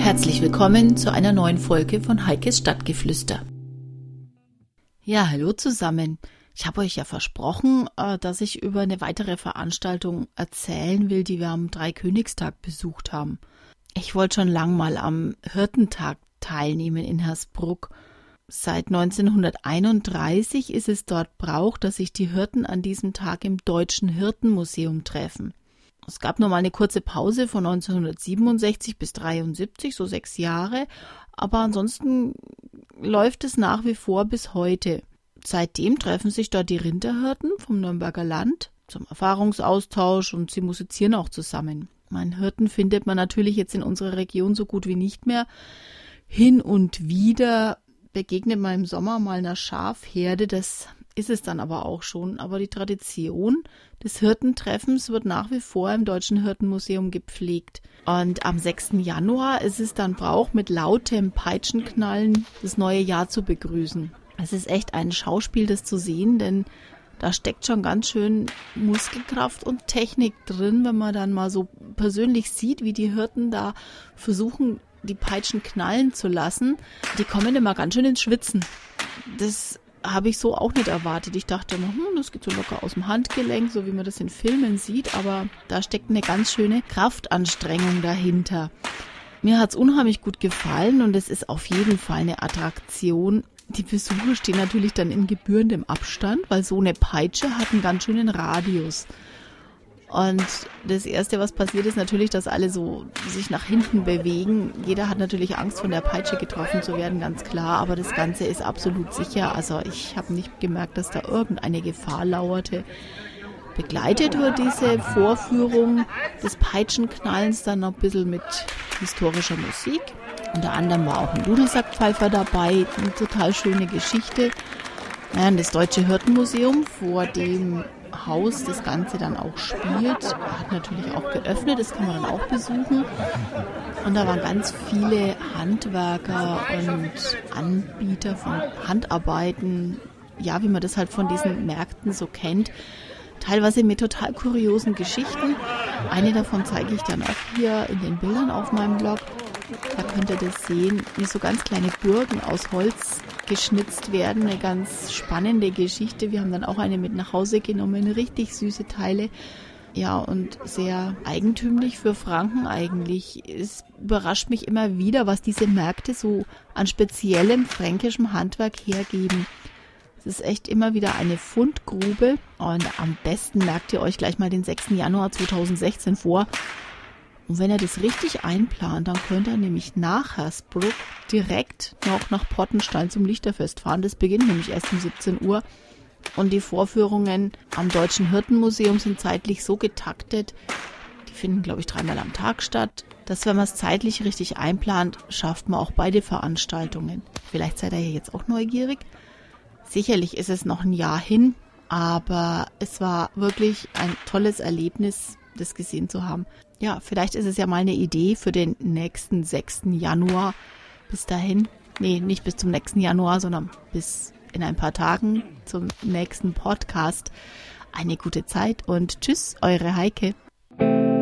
Herzlich willkommen zu einer neuen Folge von Heikes Stadtgeflüster. Ja, hallo zusammen. Ich habe euch ja versprochen, dass ich über eine weitere Veranstaltung erzählen will, die wir am Dreikönigstag besucht haben. Ich wollte schon lang mal am Hirtentag teilnehmen in Hersbruck. Seit 1931 ist es dort Brauch, dass sich die Hirten an diesem Tag im Deutschen Hirtenmuseum treffen. Es gab nur mal eine kurze Pause von 1967 bis 1973, so 6 Jahre, aber ansonsten läuft es nach wie vor bis heute. Seitdem treffen sich dort die Rinderhirten vom Nürnberger Land zum Erfahrungsaustausch und sie musizieren auch zusammen. Hirten findet man natürlich jetzt in unserer Region so gut wie nicht mehr. Hin und wieder begegnet man im Sommer mal einer Schafherde, das ist es dann aber auch schon. Aber die Tradition des Hirtentreffens wird nach wie vor im Deutschen Hirtenmuseum gepflegt. Und am 6. Januar ist es dann Brauch, mit lautem Peitschenknallen das neue Jahr zu begrüßen. Es ist echt ein Schauspiel, das zu sehen, denn da steckt schon ganz schön Muskelkraft und Technik drin, wenn man dann mal so persönlich sieht, wie die Hirten da versuchen, die Peitschen knallen zu lassen. Die kommen immer ganz schön ins Schwitzen. Das habe ich so auch nicht erwartet. Ich dachte immer, das geht so locker aus dem Handgelenk, so wie man das in Filmen sieht, aber da steckt eine ganz schöne Kraftanstrengung dahinter. Mir hat es unheimlich gut gefallen und es ist auf jeden Fall eine Attraktion. Die Besucher stehen natürlich dann in gebührendem Abstand, weil so eine Peitsche hat einen ganz schönen Radius. Und das Erste, was passiert, ist natürlich, dass alle so sich nach hinten bewegen. Jeder hat natürlich Angst, von der Peitsche getroffen zu werden, ganz klar. Aber das Ganze ist absolut sicher. Also ich habe nicht gemerkt, dass da irgendeine Gefahr lauerte. Begleitet wird diese Vorführung des Peitschenknallens dann noch ein bisschen mit historischer Musik. Unter anderem war auch ein Dudelsackpfeifer dabei. Eine total schöne Geschichte. Das Deutsche Hirtenmuseum, vor dem Haus das Ganze dann auch spielt, hat natürlich auch geöffnet, das kann man dann auch besuchen. Und da waren ganz viele Handwerker und Anbieter von Handarbeiten, ja, wie man das halt von diesen Märkten so kennt, teilweise mit total kuriosen Geschichten. Eine davon zeige ich dann auch hier in den Bildern auf meinem Blog. Da könnt ihr das sehen, wie so ganz kleine Burgen aus Holz geschnitzt werden. Eine ganz spannende Geschichte. Wir haben dann auch eine mit nach Hause genommen. Richtig süße Teile. Ja, und sehr eigentümlich für Franken eigentlich. Es überrascht mich immer wieder, was diese Märkte so an speziellem fränkischem Handwerk hergeben. Es ist echt immer wieder eine Fundgrube. Und am besten merkt ihr euch gleich mal den 6. Januar 2016 vor. Und wenn er das richtig einplant, dann könnt ihr nämlich nach Hersbruck direkt noch nach Pottenstein zum Lichterfest fahren. Das beginnt nämlich erst um 17 Uhr. Und die Vorführungen am Deutschen Hirtenmuseum sind zeitlich so getaktet, die finden, glaube ich, 3-mal am Tag statt, dass, wenn man es zeitlich richtig einplant, schafft man auch beide Veranstaltungen. Vielleicht seid ihr ja jetzt auch neugierig. Sicherlich ist es noch ein Jahr hin, aber es war wirklich ein tolles Erlebnis, das gesehen zu haben. Ja, vielleicht ist es ja mal eine Idee für den nächsten 6. Januar. Bis dahin, nicht bis zum nächsten Januar, sondern bis in ein paar Tagen zum nächsten Podcast. Eine gute Zeit und tschüss, eure Heike.